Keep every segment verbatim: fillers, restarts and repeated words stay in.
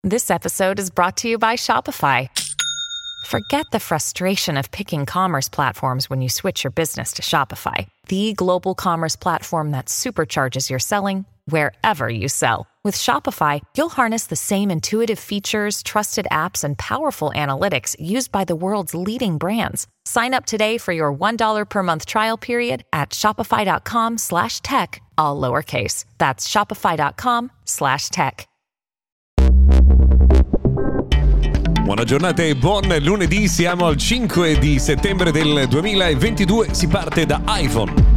This episode is brought to you by Shopify. Forget the frustration of picking commerce platforms when you switch your business to Shopify, the global commerce platform that supercharges your selling wherever you sell. With Shopify, you'll harness the same intuitive features, trusted apps, and powerful analytics used by the world's leading brands. Sign up today for your one dollar per month trial period at shopify.com slash tech, all lowercase. That's shopify.com slash tech. Buona giornata e buon lunedì, siamo al cinque di settembre del duemilaventidue, si parte da iPhone.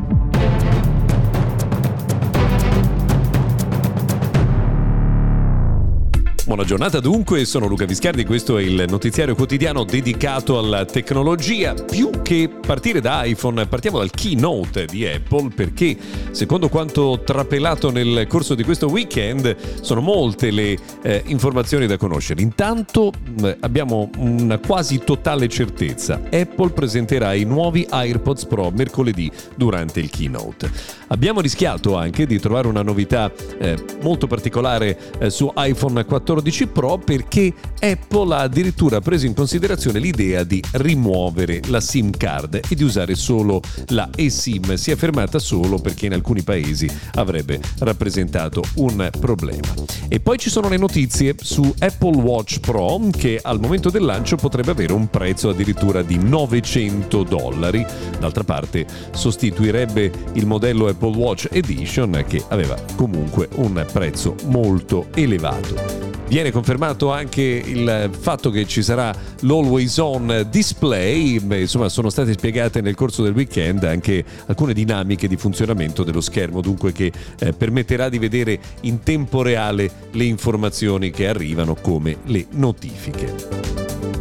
Buona giornata dunque, sono Luca Viscardi, questo è il notiziario quotidiano dedicato alla tecnologia. Più che partire da iPhone, partiamo dal keynote di Apple, perché secondo quanto trapelato nel corso di questo weekend sono molte le eh, informazioni da conoscere. Intanto eh, abbiamo una quasi totale certezza: Apple presenterà i nuovi AirPods Pro mercoledì durante il keynote. Abbiamo rischiato anche di trovare una novità eh, molto particolare eh, su iPhone quattordici Pro, perché Apple ha addirittura preso in considerazione l'idea di rimuovere la SIM card e di usare solo la eSIM. Si è fermata solo perché in alcuni paesi avrebbe rappresentato un problema. E poi ci sono le notizie su Apple Watch Pro, che al momento del lancio potrebbe avere un prezzo addirittura di novecento dollari. D'altra parte sostituirebbe il modello Apple Watch Edition, che aveva comunque un prezzo molto elevato. Viene confermato anche il fatto che ci sarà l'Always On Display. Beh, insomma, sono state spiegate nel corso del weekend anche alcune dinamiche di funzionamento dello schermo, dunque che eh, permetterà di vedere in tempo reale le informazioni che arrivano, come le notifiche.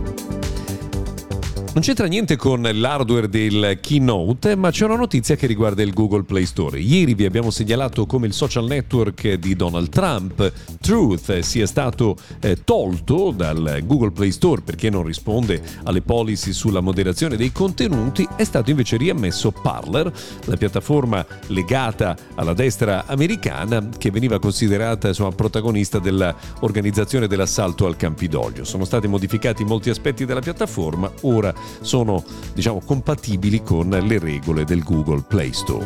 Non c'entra niente con l'hardware del keynote, ma c'è una notizia che riguarda il Google Play Store. Ieri vi abbiamo segnalato come il social network di Donald Trump, Truth, sia stato eh, tolto dal Google Play Store perché non risponde alle policy sulla moderazione dei contenuti. È stato invece riammesso Parler, la piattaforma legata alla destra americana che veniva considerata, insomma, protagonista dell'organizzazione dell'assalto al Campidoglio. Sono stati modificati molti aspetti della piattaforma, ora sono, diciamo, compatibili con le regole del Google Play Store.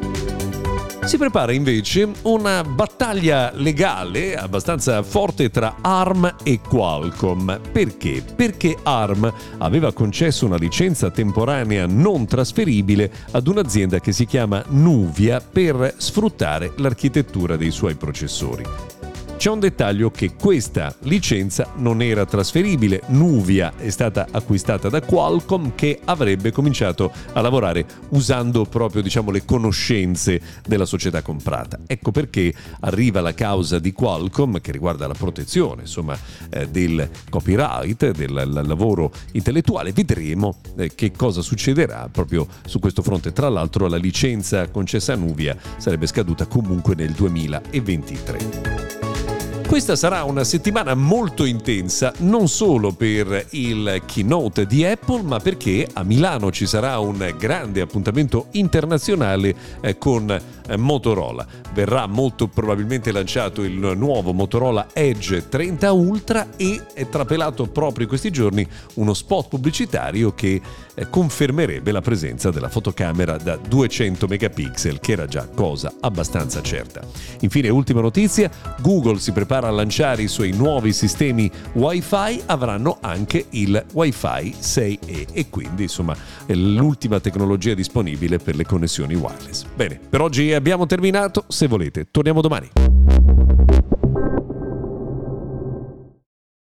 Si prepara invece una battaglia legale abbastanza forte tra ARM e Qualcomm. Perché? Perché ARM aveva concesso una licenza temporanea non trasferibile ad un'azienda che si chiama Nuvia per sfruttare l'architettura dei suoi processori. C'è un dettaglio: che questa licenza non era trasferibile. Nuvia è stata acquistata da Qualcomm, che avrebbe cominciato a lavorare usando proprio, diciamo, le conoscenze della società comprata. Ecco perché arriva la causa di Qualcomm che riguarda la protezione, insomma, eh, del copyright, del l- lavoro intellettuale. Vedremo eh, che cosa succederà proprio su questo fronte. Tra l'altro la licenza concessa a Nuvia sarebbe scaduta comunque nel duemilaventitré. Questa sarà una settimana molto intensa, non solo per il keynote di Apple, ma perché a Milano ci sarà un grande appuntamento internazionale eh, con eh, Motorola. Verrà molto probabilmente lanciato il nuovo Motorola Edge trenta Ultra e è trapelato proprio in questi giorni uno spot pubblicitario che eh, confermerebbe la presenza della fotocamera da duecento megapixel, che era già cosa abbastanza certa. Infine, ultima notizia: Google si prepara a lanciare i suoi nuovi sistemi Wi-Fi, avranno anche il Wi-Fi sei E e quindi, insomma, è l'ultima tecnologia disponibile per le connessioni wireless. Bene, per oggi abbiamo terminato. Se volete, torniamo domani.